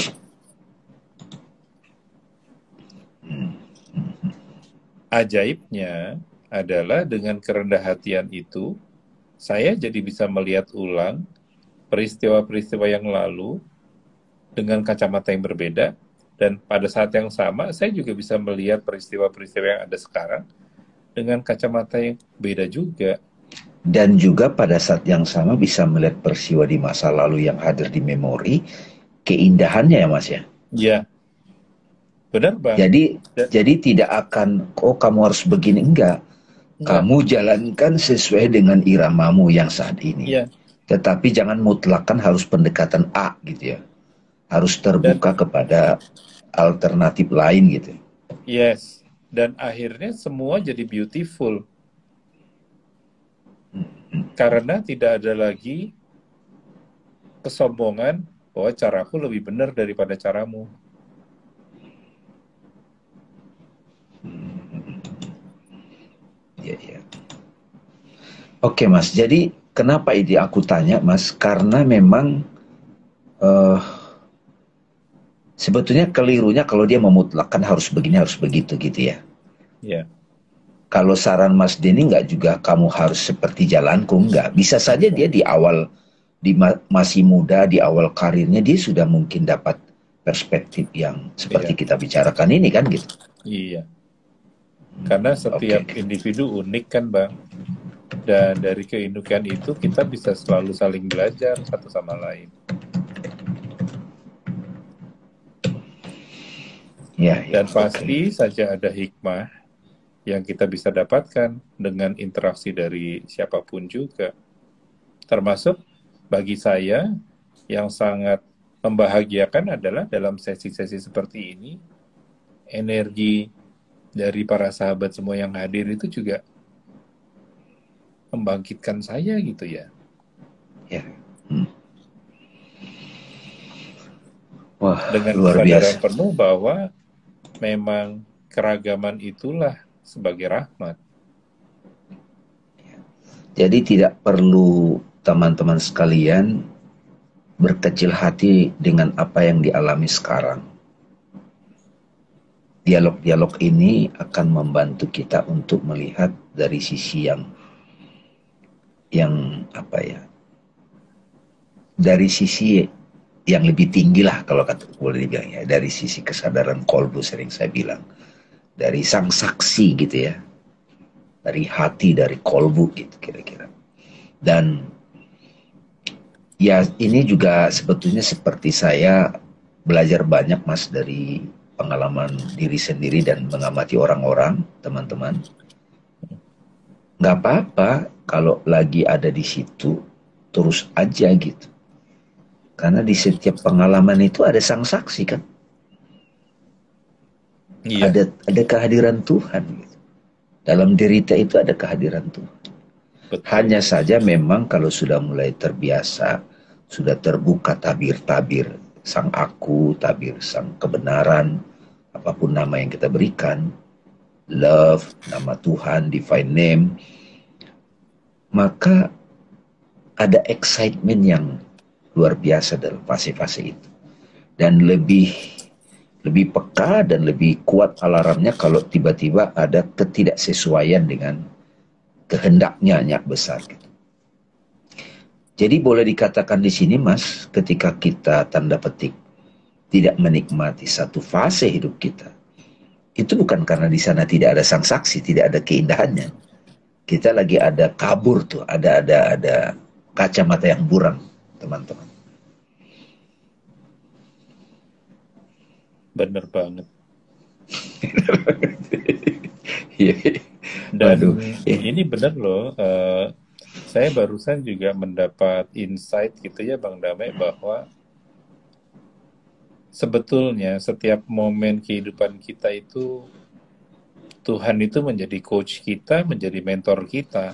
Ajaibnya adalah dengan kerendah hatian itu, saya jadi bisa melihat ulang peristiwa-peristiwa yang lalu dengan kacamata yang berbeda, dan pada saat yang sama, saya juga bisa melihat peristiwa-peristiwa yang ada sekarang dengan kacamata yang beda juga. Dan juga pada saat yang sama bisa melihat peristiwa di masa lalu yang hadir di memori, keindahannya ya Mas ya. Ya, benar Bang. Jadi Dan, jadi tidak akan, oh kamu harus begini, enggak. enggak, Kamu jalankan sesuai dengan iramamu yang saat ini. iya. Tetapi jangan mutlakkan harus pendekatan A gitu ya. Harus Dan terbuka kepada alternatif lain gitu. yes, dan akhirnya semua jadi beautiful. Karena tidak ada lagi kesombongan bahwa caraku lebih benar daripada caramu. Ya, ya. Oke Mas, jadi kenapa ini aku tanya Mas? Karena memang uh, sebetulnya kelirunya kalau dia memutlakkan harus begini harus begitu gitu ya. Ya. Kalau saran Mas Denny nggak juga kamu harus seperti jalanku, nggak. Bisa saja dia di awal di ma- masih muda, di awal karirnya dia sudah mungkin dapat perspektif yang seperti Iya. kita bicarakan ini kan gitu. Iya. Karena setiap Oke. individu unik kan Bang. Dan dari keunikan itu kita bisa selalu saling belajar satu sama lain. Ya, ya, Dan pasti oke. saja ada hikmah yang kita bisa dapatkan dengan interaksi dari siapapun juga. Termasuk bagi saya yang sangat membahagiakan adalah dalam sesi-sesi seperti ini, energi dari para sahabat semua yang hadir itu juga membangkitkan saya gitu ya. Ya. Hmm. Wah, dengan luar kesadaran biasa. penuh bahwa memang keragaman itulah sebagai rahmat. Jadi tidak perlu teman-teman sekalian berkecil hati dengan apa yang dialami sekarang. Dialog-dialog ini akan membantu kita untuk melihat dari sisi yang yang apa ya, dari sisi yang lebih tinggi lah kalau kata boleh dibilang ya, dari sisi kesadaran kolbu sering saya bilang, dari sang saksi gitu ya, dari hati, dari kolbu gitu kira-kira. Dan ya ini juga sebetulnya seperti saya belajar banyak Mas dari pengalaman diri sendiri dan mengamati orang-orang, teman-teman. Nggak apa-apa kalau lagi ada di situ, terus aja gitu. Karena di setiap pengalaman itu ada sang saksi kan. Iya. Ada ada kehadiran Tuhan gitu. Dalam derita itu ada kehadiran Tuhan. Betul. Hanya saja memang kalau sudah mulai terbiasa, sudah terbuka tabir-tabir sang aku, tabir sang kebenaran, apapun nama yang kita berikan, love, nama Tuhan, divine name, maka ada excitement yang luar biasa dalam fase-fase itu. Dan lebih lebih peka dan lebih kuat alarmnya kalau tiba-tiba ada ketidaksesuaian dengan kehendaknya yang besar gitu. Jadi boleh dikatakan di sini Mas, ketika kita tanda petik tidak menikmati satu fase hidup kita, itu bukan karena di sana tidak ada sang saksi, tidak ada keindahannya. Kita lagi ada kabur tuh, ada ada ada kacamata yang buram, teman-teman. Bener banget. Dan Waduh. ini bener loh, uh, saya barusan juga mendapat insight gitu ya Bang Damai, bahwa sebetulnya setiap momen kehidupan kita itu Tuhan itu menjadi coach kita, menjadi mentor kita.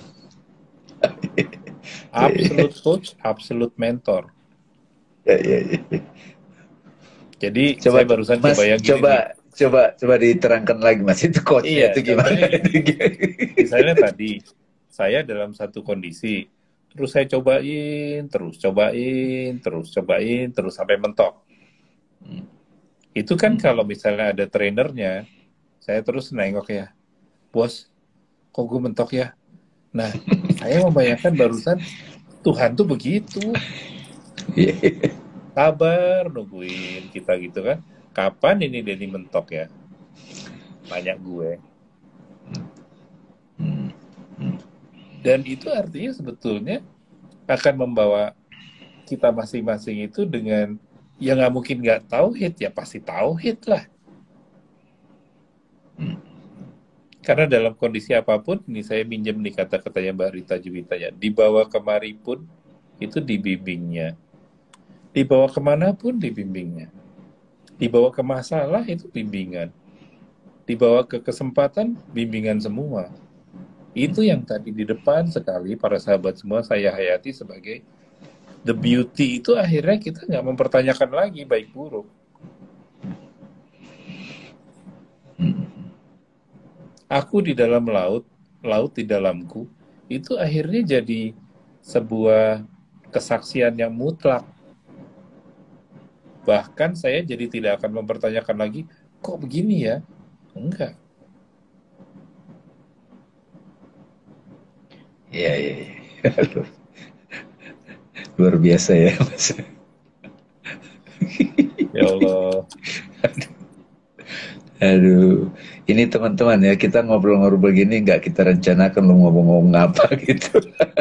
Absolute coach, absolute mentor. Ya, ya, ya. Jadi coba, saya barusan Mas, kebayang gini coba, nih. Coba, coba diterangkan lagi Mas, itu coachnya Iya, itu gimana? Misalnya tadi saya dalam satu kondisi, terus saya cobain, terus cobain, terus cobain, terus sampai mentok. Hmm. Itu kan hmm. kalau misalnya ada trainernya, saya terus nengok ya, bos, kok gue mentok ya? Nah, saya membayangkan barusan Tuhan tuh begitu. Sabar nungguin kita gitu kan. Kapan ini Denny mentok ya? Banyak gue. Dan itu artinya sebetulnya akan membawa kita masing-masing itu dengan ya nggak mungkin nggak tauhid, ya pasti tauhid lah. Karena dalam kondisi apapun, ini saya minjem nih kata-katanya Mbak Rita Juwita ya, dibawa kemari pun itu dibimbingnya. Dibawa kemana pun dibimbingnya. Dibawa ke masalah itu bimbingan. Dibawa ke kesempatan, bimbingan semua. Itu yang tadi di depan sekali para sahabat semua saya hayati sebagai the beauty itu akhirnya kita nggak mempertanyakan lagi baik buruk. Aku di dalam laut, laut di dalamku, itu akhirnya jadi sebuah kesaksian yang mutlak. Bahkan saya jadi tidak akan mempertanyakan lagi, kok begini ya? Enggak. Iya, iya, iya. Luar biasa ya, Mas. Ya Allah. Aduh, ini teman-teman ya, kita ngobrol-ngobrol begini nggak kita rencanakan lu ngomong-ngomong apa gitu.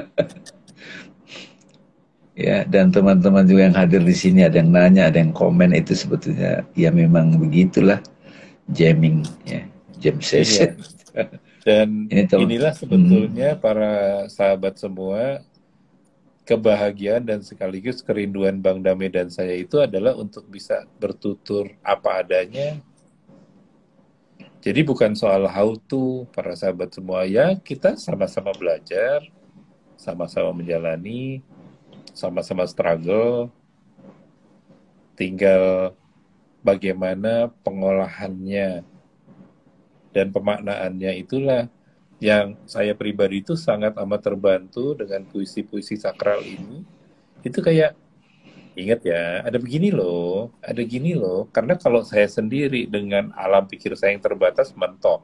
Ya, dan teman-teman juga yang hadir di sini ada yang nanya, ada yang komen, itu sebetulnya ya memang begitulah jamming ya, jam session. Iya. Dan Ini inilah sebetulnya hmm. para sahabat semua, kebahagiaan dan sekaligus kerinduan Bang Damai dan saya itu adalah untuk bisa bertutur apa adanya. Jadi bukan soal how to, para sahabat semua ya, kita sama-sama belajar, sama-sama menjalani, sama-sama struggle, tinggal bagaimana pengolahannya dan pemaknaannya. Itulah yang saya pribadi itu sangat amat terbantu dengan puisi-puisi sakral ini. Itu kayak, ingat ya, ada begini loh, ada gini loh. Karena kalau saya sendiri dengan alam pikir saya yang terbatas, mentok.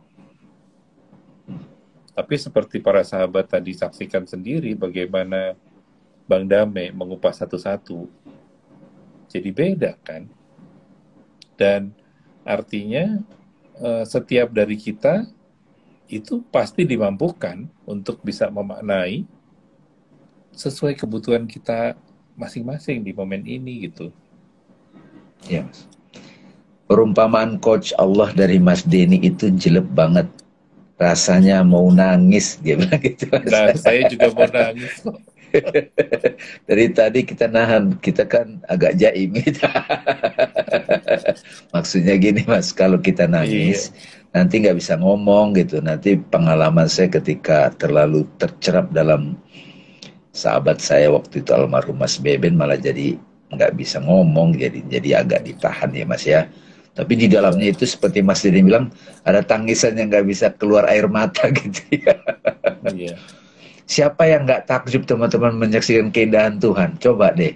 Tapi seperti para sahabat tadi saksikan sendiri bagaimana Bang Dame mengupas satu-satu. Jadi beda kan? Dan artinya eh, setiap dari kita itu pasti dimampukan untuk bisa memaknai sesuai kebutuhan kita masing-masing di momen ini gitu. Ya, Mas. Perumpamaan coach Allah dari Mas Denny itu jelek banget. Rasanya mau nangis, dia bilang gitu. Nah, saya juga mau nangis kok. Dari tadi kita nahan, kita kan agak jaim gitu. Maksudnya gini Mas, kalau kita nangis, iya, nanti nggak bisa ngomong gitu. Nanti pengalaman saya ketika terlalu tercerap dalam sahabat saya waktu itu almarhum Mas Beben, malah jadi nggak bisa ngomong, jadi jadi agak ditahan ya Mas ya. Tapi di dalamnya itu seperti Mas Dini bilang, ada tangisan yang nggak bisa keluar air mata gitu ya. Iya. Siapa yang nggak takjub teman-teman menyaksikan keindahan Tuhan? Coba deh.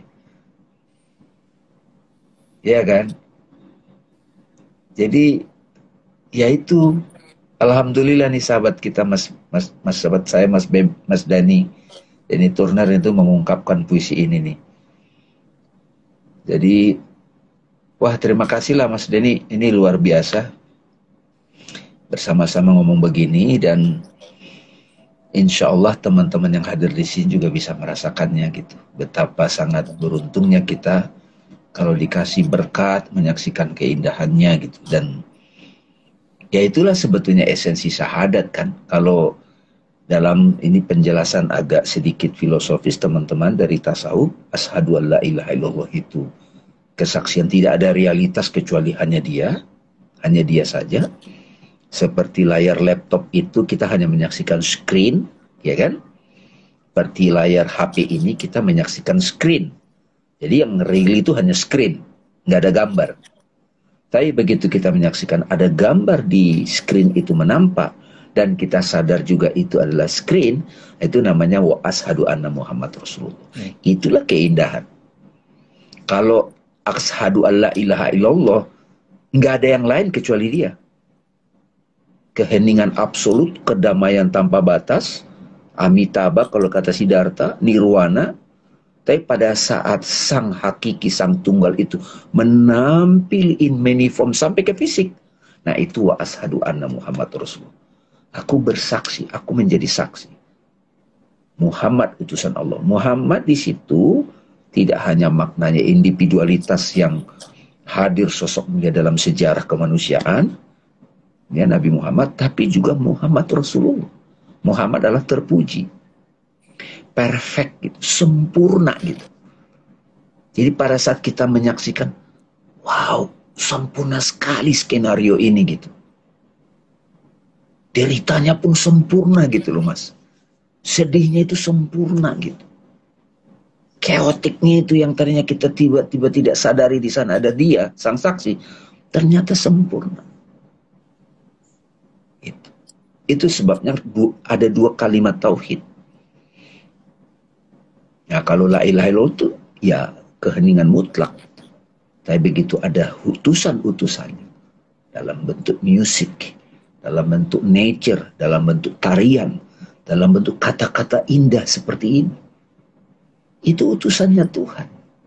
Ya kan? Jadi, ya itu, alhamdulillah nih sahabat kita, Mas, Mas, Mas sahabat saya, Mas Beb, Mas Dani, Dani Turner itu mengungkapkan puisi ini nih. Jadi, wah terima kasih lah Mas Dani, ini luar biasa. Bersama-sama ngomong begini dan insya Allah teman-teman yang hadir di sini juga bisa merasakannya gitu. Betapa sangat beruntungnya kita kalau dikasih berkat, menyaksikan keindahannya gitu. Dan ya itulah sebetulnya esensi syahadat kan. Kalau dalam ini penjelasan agak sedikit filosofis teman-teman dari tasawuf, asyhadu an la ilaha illallah itu kesaksian tidak ada realitas kecuali hanya dia, hanya dia saja. Seperti layar laptop itu kita hanya menyaksikan screen, ya kan? Seperti layar H P ini kita menyaksikan screen. Jadi yang real itu hanya screen, nggak ada gambar. Tapi begitu kita menyaksikan ada gambar di screen itu menampak, dan kita sadar juga itu adalah screen, itu namanya wa ashadu anna Muhammad Rasulullah. Hmm. Itulah keindahan. Kalau ashadu an la ilaha illallah, nggak ada yang lain kecuali dia. Keheningan absolut, kedamaian tanpa batas, Amitabha kalau kata Siddhartha, nirwana. Tapi pada saat sang hakiki, sang tunggal itu menampil in many form sampai ke fisik. Nah itu wa ashadu anna Muhammad Rasulullah. Aku bersaksi, aku menjadi saksi. Muhammad utusan Allah. Muhammad di situ tidak hanya maknanya individualitas yang hadir sosok mulia dalam sejarah kemanusiaan, ya Nabi Muhammad, tapi juga Muhammad Rasulullah. Muhammad adalah terpuji, perfect gitu, sempurna gitu. Jadi pada saat kita menyaksikan, wow, sempurna sekali skenario ini gitu. Deritanya pun sempurna gitu loh Mas. Sedihnya itu sempurna gitu. Chaoticnya itu yang tadinya kita tiba-tiba tidak sadari di sana ada dia, sang saksi, ternyata sempurna. Itu, itu sebabnya ada dua kalimat tauhid. Nah kalau la ilaha illallah itu ya keheningan mutlak. Tapi begitu ada utusan-utusannya dalam bentuk musik, dalam bentuk nature, dalam bentuk tarian, dalam bentuk kata-kata indah seperti ini. Itu utusannya Tuhan.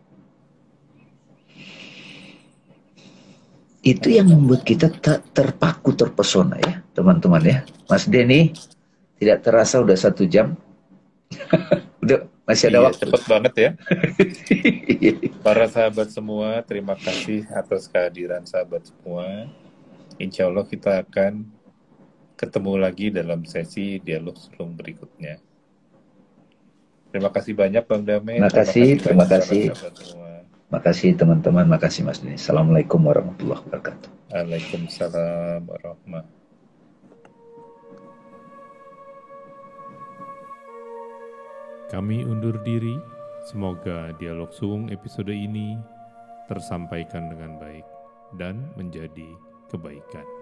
Itu yang membuat kita terpaku, terpesona ya teman-teman ya. Mas Denny, tidak terasa udah satu jam. Udah masih ada iya, waktu. Cepet banget ya. Para sahabat semua, terima kasih atas kehadiran sahabat semua. Insya Allah kita akan ketemu lagi dalam sesi dialog sulung berikutnya. Terima kasih banyak Bang Dame. Terima kasih, terima kasih. Terima kasih teman-teman, makasih Mas Denny. Assalamualaikum warahmatullahi wabarakatuh. Waalaikumsalam warahmatullahi wabarakatuh. Kami undur diri. Semoga dialog suung episode ini tersampaikan dengan baik. dan menjadi kebaikan.